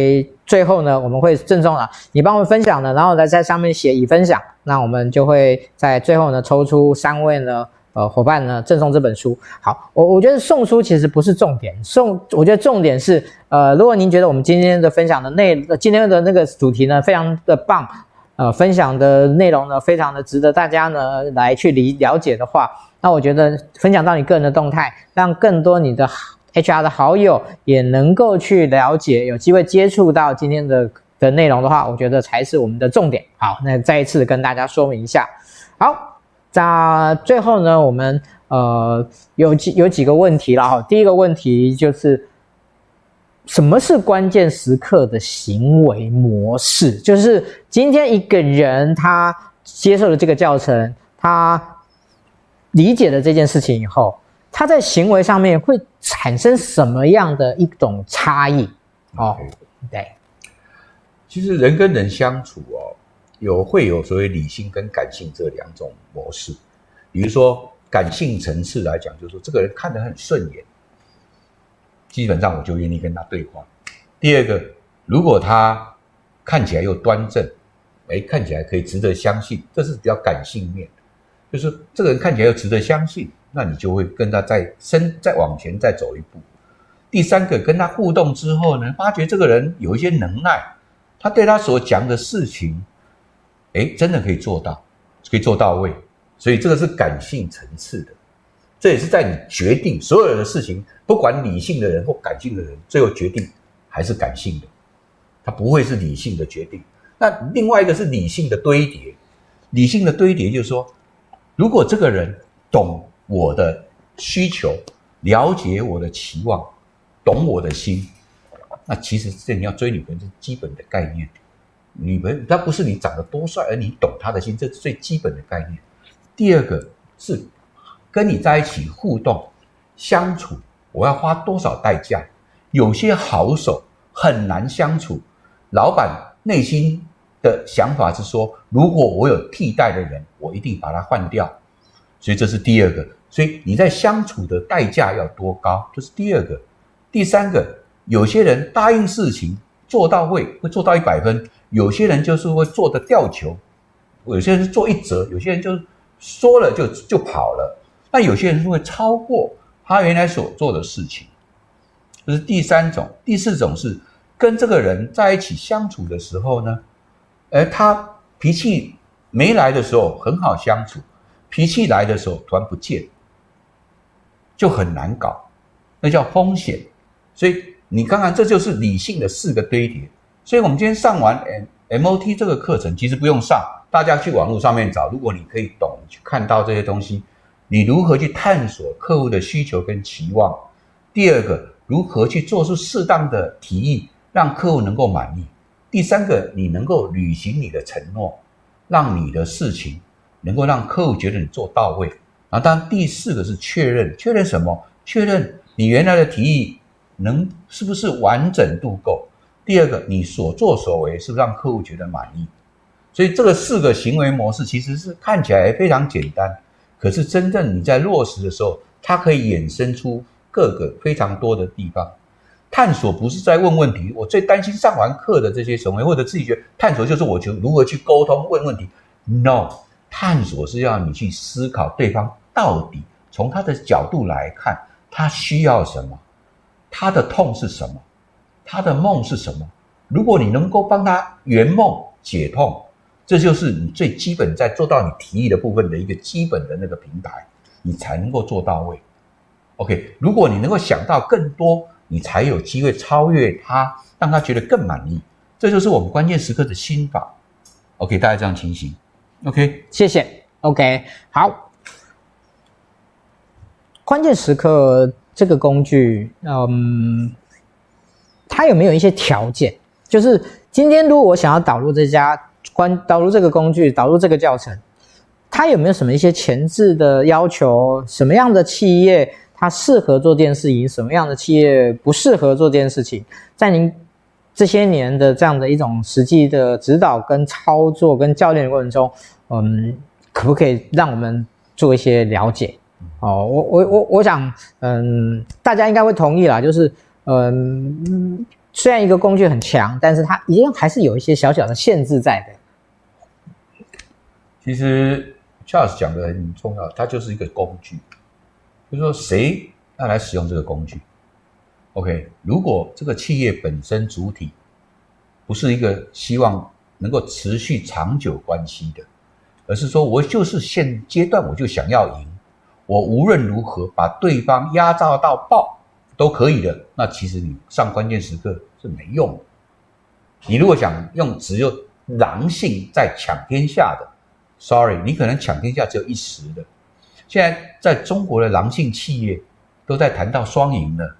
最后呢，我们会郑重了，你帮我们分享呢，然后再在上面写已分享，那我们就会在最后呢抽出3位呢伙伴呢赠送这本书。好，我觉得送书其实不是重点，我觉得重点是如果您觉得我们今天的分享的今天的那个主题呢非常的棒，分享的内容呢非常的值得大家呢来去了解的话，那我觉得分享到你个人的动态，让更多你的HR 的好友也能够去了解，有机会接触到今天的内容的话，我觉得才是我们的重点。好，那再一次跟大家说明一下。好，在最后呢，我们有几个问题了哈。第一个问题就是什么是关键时刻的行为模式？就是今天一个人他接受了这个教程，他理解了这件事情以后，他在行为上面会产生什么样的一种差异？对， 其实人跟人相处会有所谓理性跟感性这2种模式。比如说感性层次来讲，就是说这个人看得很顺眼，基本上我就愿意跟他对话。第二个，如果他看起来又端正，看起来可以值得相信，这是比较感性面，就是这个人看起来又值得相信，那你就会跟他再往前再走一步。第3个，跟他互动之后呢，发觉这个人有一些能耐，他对他所讲的事情真的可以做到，可以做到位，所以这个是感性层次的。这也是在你决定所有的事情，不管理性的人或感性的人，最后决定还是感性的，它不会是理性的决定。那另外一个是理性的堆叠，理性的堆叠就是说，如果这个人懂我的需求，了解我的期望，懂我的心，那其实你要追女朋友是基本的概念。女朋友她不是你长得多帅，而你懂她的心，这是最基本的概念。第2个是跟你在一起互动相处，我要花多少代价？有些好手很难相处，老板内心的想法是说，如果我有替代的人，我一定把他换掉。所以这是第2个。所以你在相处的代价要多高，这是第2个。第3个，有些人答应事情做到位，会做到100分，有些人就是会做得掉球，有些人是做1折，有些人就说了就跑了。那有些人是会超过他原来所做的事情，这是第3种。第4种是跟这个人在一起相处的时候呢，他脾气没来的时候很好相处，脾气来的时候突然不见，就很难搞，那叫风险。所以你看看，这就是理性的4个堆叠。所以我们今天上完 MOT 这个课程，其实不用上，大家去网络上面找，如果你可以懂，去看到这些东西，你如何去探索客户的需求跟期望。第2个，如何去做出适当的提议，让客户能够满意。第3个，你能够履行你的承诺，让你的事情能够让客户觉得你做到位。然后当然第4个是确认，确认什么？确认你原来的提议是不是完整度够。第2个，你所作所为是不是让客户觉得满意。所以这个4个行为模式其实是看起来非常简单，可是真正你在落实的时候，它可以衍生出各个非常多的地方。探索不是在问问题，我最担心上完课的这些行为，或者自己觉得探索就是我如何去沟通问问题。No， 探索是要你去思考对方到底从他的角度来看，他需要什么，他的痛是什么，他的梦是什么。如果你能够帮他圆梦解痛，这就是你最基本在做到你提议的部分的一个基本的那个平台，你才能够做到位。OK， 如果你能够想到更多，你才有机会超越他，让他觉得更满意。这就是我们关键时刻的心法。OK， 大概这样情形。OK， 谢谢。OK， 好。关键时刻这个工具，它有没有一些条件？就是今天如果我想要导入导入这个工具，导入这个教程，它有没有什么一些前置的要求？什么样的企业它适合做这件事情，什么样的企业不适合做这件事情？在您这些年的这样的一种实际的指导跟操作跟教练的过程中，可不可以让我们做一些了解？我想，大家应该会同意啦，就是， 虽然一个工具很强，但是它一定还是有一些小小的限制在的。 其实 Charles 讲的很重要，它就是一个工具，就是说谁要来使用这个工具。OK， 如果这个企业本身主体不是一个希望能够持续长久关系的，而是说我就是现阶段我就想要赢，我无论如何把对方压榨到爆都可以的，那其实你上关键时刻是没用的。你如果想用只有狼性在抢天下的 ，sorry， 你可能抢天下只有一时的。现在在中国的狼性企业都在谈到双赢了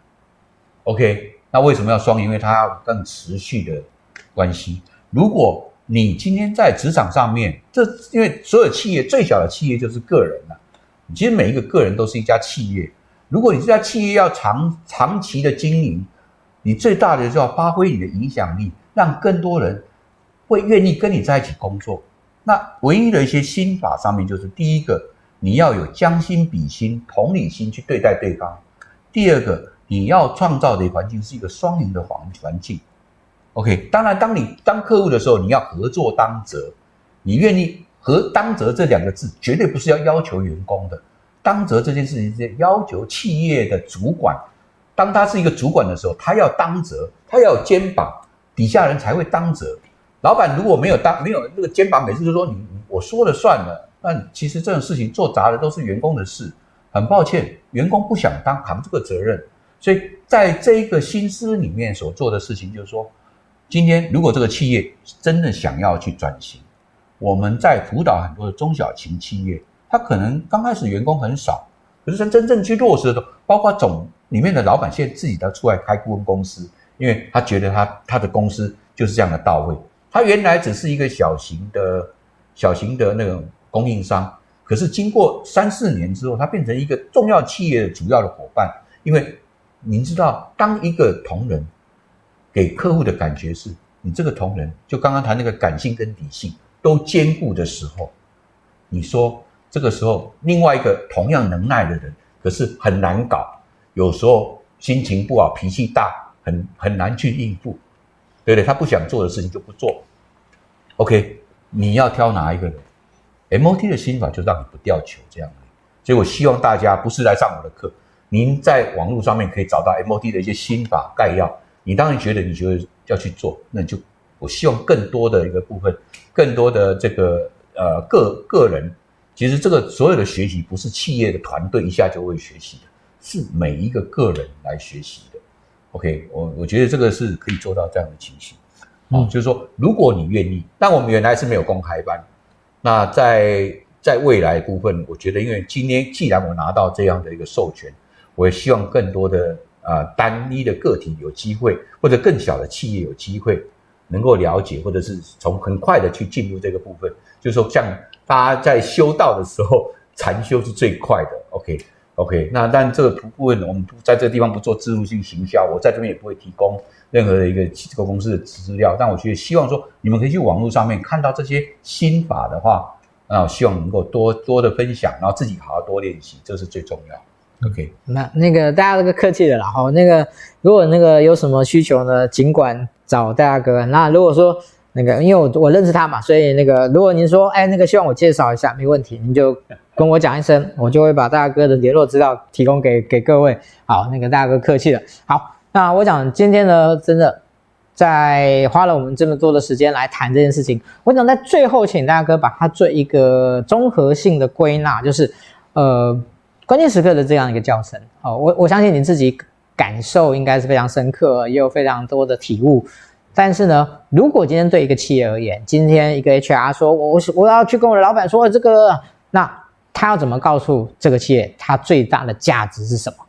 ，OK， 那为什么要双赢？因为它要更持续的关系。如果你今天在职场上面，因为所有企业最小的企业就是个人了，其实每一个个人都是一家企业。如果你这家企业要长期的经营，你最大的就是要发挥你的影响力，让更多人会愿意跟你在一起工作。那唯一的一些心法上面，就是第一个，你要有将心比心、同理心去对待对方；第二个，你要创造的环境是一个双赢的环境。OK， 当然，当你当客户的时候，你要合作当责，你愿意当责这两个字，绝对不是要求员工的。当责这件事情是要求企业的主管，当他是一个主管的时候，他要当责，他要有肩膀，底下人才会当责。老板如果没有那个肩膀，每次就说我说了算了，那其实这种事情做砸的都是员工的事。很抱歉，员工不想扛这个责任，所以在这一个心思里面所做的事情，就是说，今天如果这个企业真的想要去转型，我们在辅导很多的中小型企业。他可能刚开始员工很少，可是真正去落实的时候，包括总里面的老板现在自己都出来开顾问公司，因为他觉得他的公司就是这样的到位。他原来只是一个小型的那种供应商，可是经过3-4年之后，他变成一个重要企业的主要的伙伴。因为您知道，当一个同仁给客户的感觉是，你这个同仁就刚刚谈那个感性跟理性都兼顾的时候，你说这个时候另外一个同样能耐的人，可是很难搞，有时候心情不好，脾气大，很难去应付，对不对？他不想做的事情就不做。OK， 你要挑哪一个人 ？MOT 的心法就让你不掉球这样的。所以我希望大家不是来上我的课，您在网络上面可以找到 MOT 的一些心法概要。你当然觉得要去做，那你就我希望更多的一个部分，更多的这个个人。其实这个所有的学习不是企业的团队一下就会学习的，是每一个个人来学习的。OK， 我觉得这个是可以做到这样的情形。就是说，如果你愿意，但我们原来是没有公开班，那在未来的部分，我觉得因为今天既然我拿到这样的一个授权，我也希望更多的单一的个体有机会，或者更小的企业有机会能够了解，或者是从很快的去进入这个部分。就是说，像大家在修道的时候，禅修是最快的。OK， 那但这个部分我们在这个地方不做置入性行销，我在这边也不会提供任何的一个这个公司的资料。但我觉得希望说，你们可以去网络上面看到这些心法的话，那我希望能够多的分享，然后自己好好多练习，这是最重要。OK， 那个大家都客气的啦，那个如果那个有什么需求呢，尽管找大家哥。那如果说那个，因为我认识他嘛，所以那个如果您说，那个希望我介绍一下，没问题，您就跟我讲一声，我就会把大哥的联络资料提供给各位。好，那个大哥客气了。好，那我讲今天呢，真的在花了我们这么多的时间来谈这件事情，我想在最后请大哥把它做一个综合性的归纳，就是关键时刻的这样一个教程。我相信你自己感受应该是非常深刻，也有非常多的体悟。但是呢，如果今天对一个企业而言，今天一个 HR 说我要去跟我的老板说这个，那他要怎么告诉这个企业他最大的价值是什么？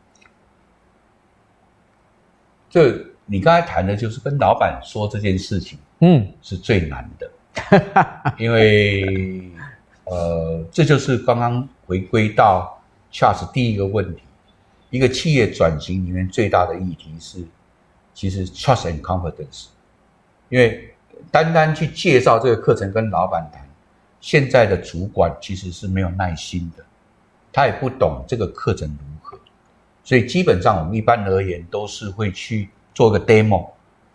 这你刚才谈的就是跟老板说这件事情，是最难的，因为这就是刚刚回归到 Charles 第一个问题，一个企业转型里面最大的议题是，其实 trust and confidence。因为单单去介绍这个课程跟老板谈，现在的主管其实是没有耐心的，他也不懂这个课程如何，所以基本上我们一般而言都是会去做个 demo，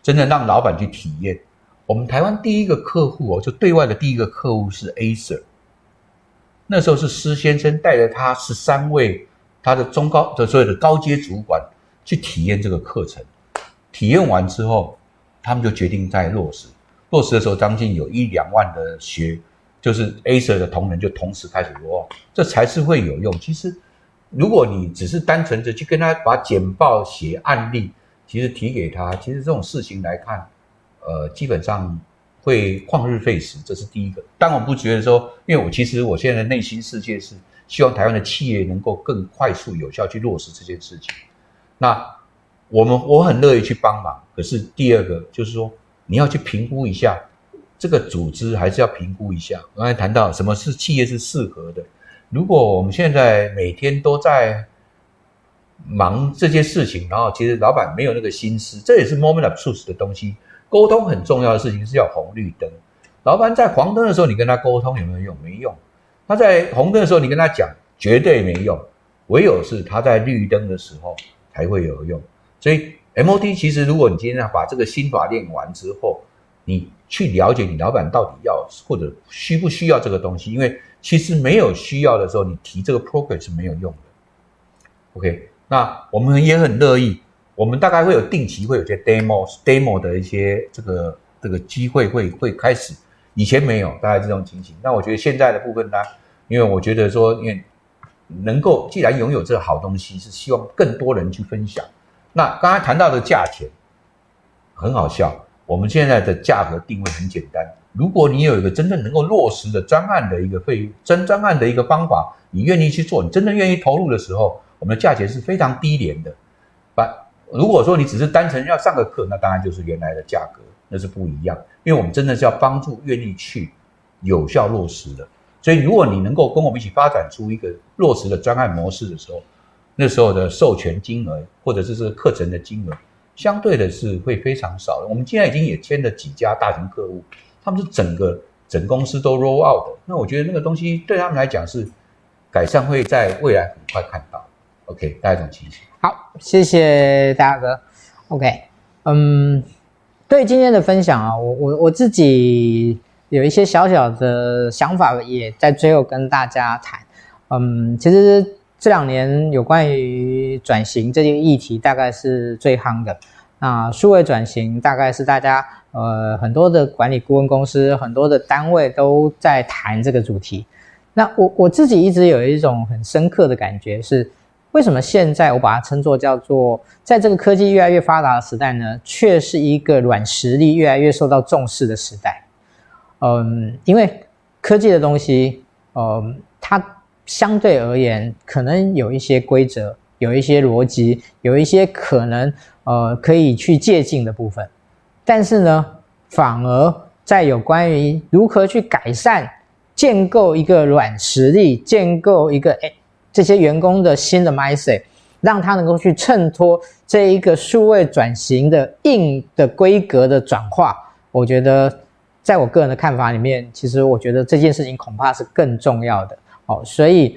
真的让老板去体验。我们台湾第一个客户就对外的第一个客户是 Acer， 那时候是施先生带着他13位他的中高的所有的高阶主管去体验这个课程，体验完之后，他们就决定在落实。落实的时候，将近有1-2万的就是 Acer 的同仁就同时开始落，这才是会有用。其实，如果你只是单纯的去跟他把简报写案例，其实提给他，其实这种事情来看，基本上会旷日费时，这是第一个。但我不觉得说，因为其实我现在的内心世界是希望台湾的企业能够更快速有效去落实这件事情。那我很乐意去帮忙，可是第二个就是说，你要去评估一下这个组织，还是要评估一下。刚才谈到什么是企业是适合的，如果我们现在每天都在忙这些事情，然后其实老板没有那个心思，这也是 moment of truth 的东西。沟通很重要的事情是要红绿灯。老板在黄灯的时候，你跟他沟通有没有用？没用。他在红灯的时候，你跟他讲绝对没用，唯有是他在绿灯的时候才会有用。所以 MOT 其实如果你今天把这个心法练完之后，你去了解你老板到底要或者需不需要这个东西，因为其实没有需要的时候，你提这个 program 是没有用的。OK， 那我们也很乐意，我们大概会有定期会有些 demo 的一些这个机会会开始，以前没有，大概这种情形。那我觉得现在的部分呢，因为我觉得说，因为能够既然拥有这个好东西，是希望更多人去分享。那刚才谈到的价钱很好笑，我们现在的价格定位很简单，如果你有一个真正能够落实的专案的一个专案的一个方法，你愿意去做，你真正愿意投入的时候，我们的价钱是非常低廉的。如果说你只是单纯要上个课，那当然就是原来的价格，那是不一样，因为我们真的是要帮助愿意去有效落实的。所以如果你能够跟我们一起发展出一个落实的专案模式的时候，那时候的授权金额或者是这个课程的金额相对的是会非常少的。我们现在已经也签了几家大型客户，他们是整公司都 roll out 的，那我觉得那个东西对他们来讲是改善，会在未来很快看到。OK， 大概这种情形。 好，谢谢大哥。OK， 对今天的分享啊，我自己有一些小小的想法，也在最后跟大家谈。其实这2年有关于转型这个议题，大概是最夯的。那数位转型大概是大家很多的管理顾问公司、很多的单位都在谈这个主题。那我自己一直有一种很深刻的感觉是，为什么现在我把它称作叫做在这个科技越来越发达的时代呢，却是一个软实力越来越受到重视的时代。因为科技的东西它相对而言可能有一些规则，有一些逻辑，有一些可能可以去借鉴的部分，但是呢反而在有关于如何去改善建构一个软实力，建构一个这些员工的新的 mindset， 让他能够去衬托这一个数位转型的硬的规格的转化，我觉得在我个人的看法里面，其实我觉得这件事情恐怕是更重要的。所以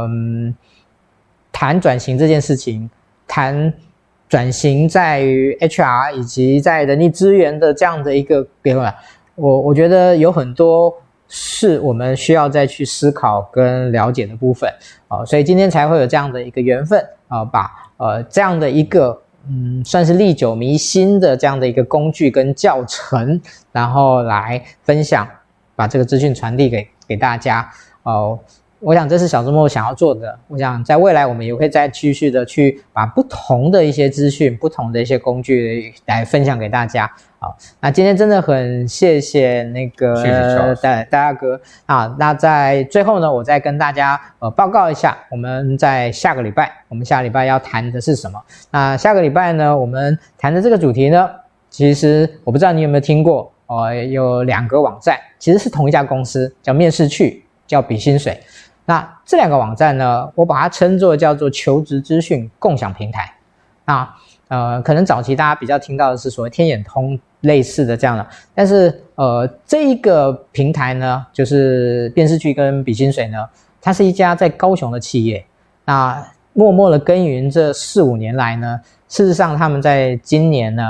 谈转型这件事情，谈转型在于 HR 以及在人力资源的这样的一个我觉得有很多是我们需要再去思考跟了解的部分。所以今天才会有这样的一个缘分把这样的一个算是历久弥新的这样的一个工具跟教程，然后来分享，把这个资讯传递给大家。我想这是小周末想要做的，我想在未来我们也会再继续的去把不同的一些资讯、不同的一些工具来分享给大家。好，那今天真的很谢谢那个大哥啊。那在最后呢，我再跟大家报告一下，我们在下个礼拜要谈的是什么。那下个礼拜呢，我们谈的这个主题呢，其实我不知道你有没有听过有2个网站，其实是同一家公司，叫面试去，叫比薪水。那这2个网站呢，我把它称作叫做求职资讯共享平台。那可能早期大家比较听到的是所谓天眼通类似的这样的，但是这一个平台呢，就是面试去跟比薪水呢，它是一家在高雄的企业。那默默的耕耘这4-5年来呢，事实上他们在今年呢，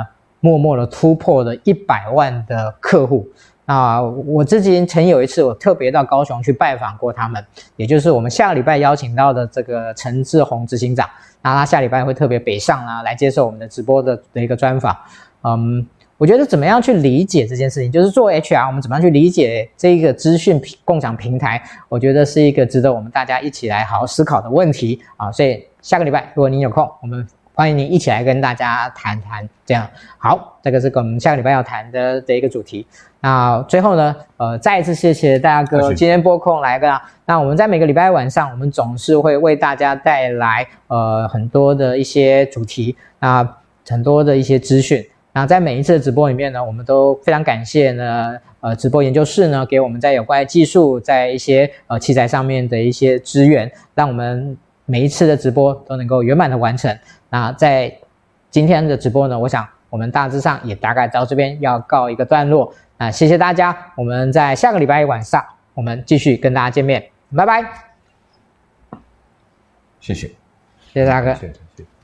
默默的突破了100万的客户。那我之前曾有一次我特别到高雄去拜访过他们，也就是我们下个礼拜邀请到的这个陈志宏执行长，那他下礼拜会特别北上来接受我们的直播的一个专访。我觉得怎么样去理解这件事情，就是做 HR 我们怎么样去理解这个资讯共享平台，我觉得是一个值得我们大家一起来好好思考的问题啊。所以下个礼拜如果您有空，我们欢迎您一起来跟大家谈谈这样。好，这个是我们下个礼拜要谈的一个主题。那最后呢，再一次谢谢大哥今天拨空来跟那我们在每个礼拜晚上，我们总是会为大家带来很多的一些主题，那很多的一些资讯。那在每一次的直播里面呢，我们都非常感谢呢，直播研究室呢给我们在有关技术，在一些器材上面的一些资源，让我们每一次的直播都能够圆满的完成。那在今天的直播呢，我想我们大致上也大概到这边要告一个段落。那谢谢大家，我们在下个礼拜一晚上，我们继续跟大家见面，拜拜。 谢谢， 谢谢大哥。 谢谢。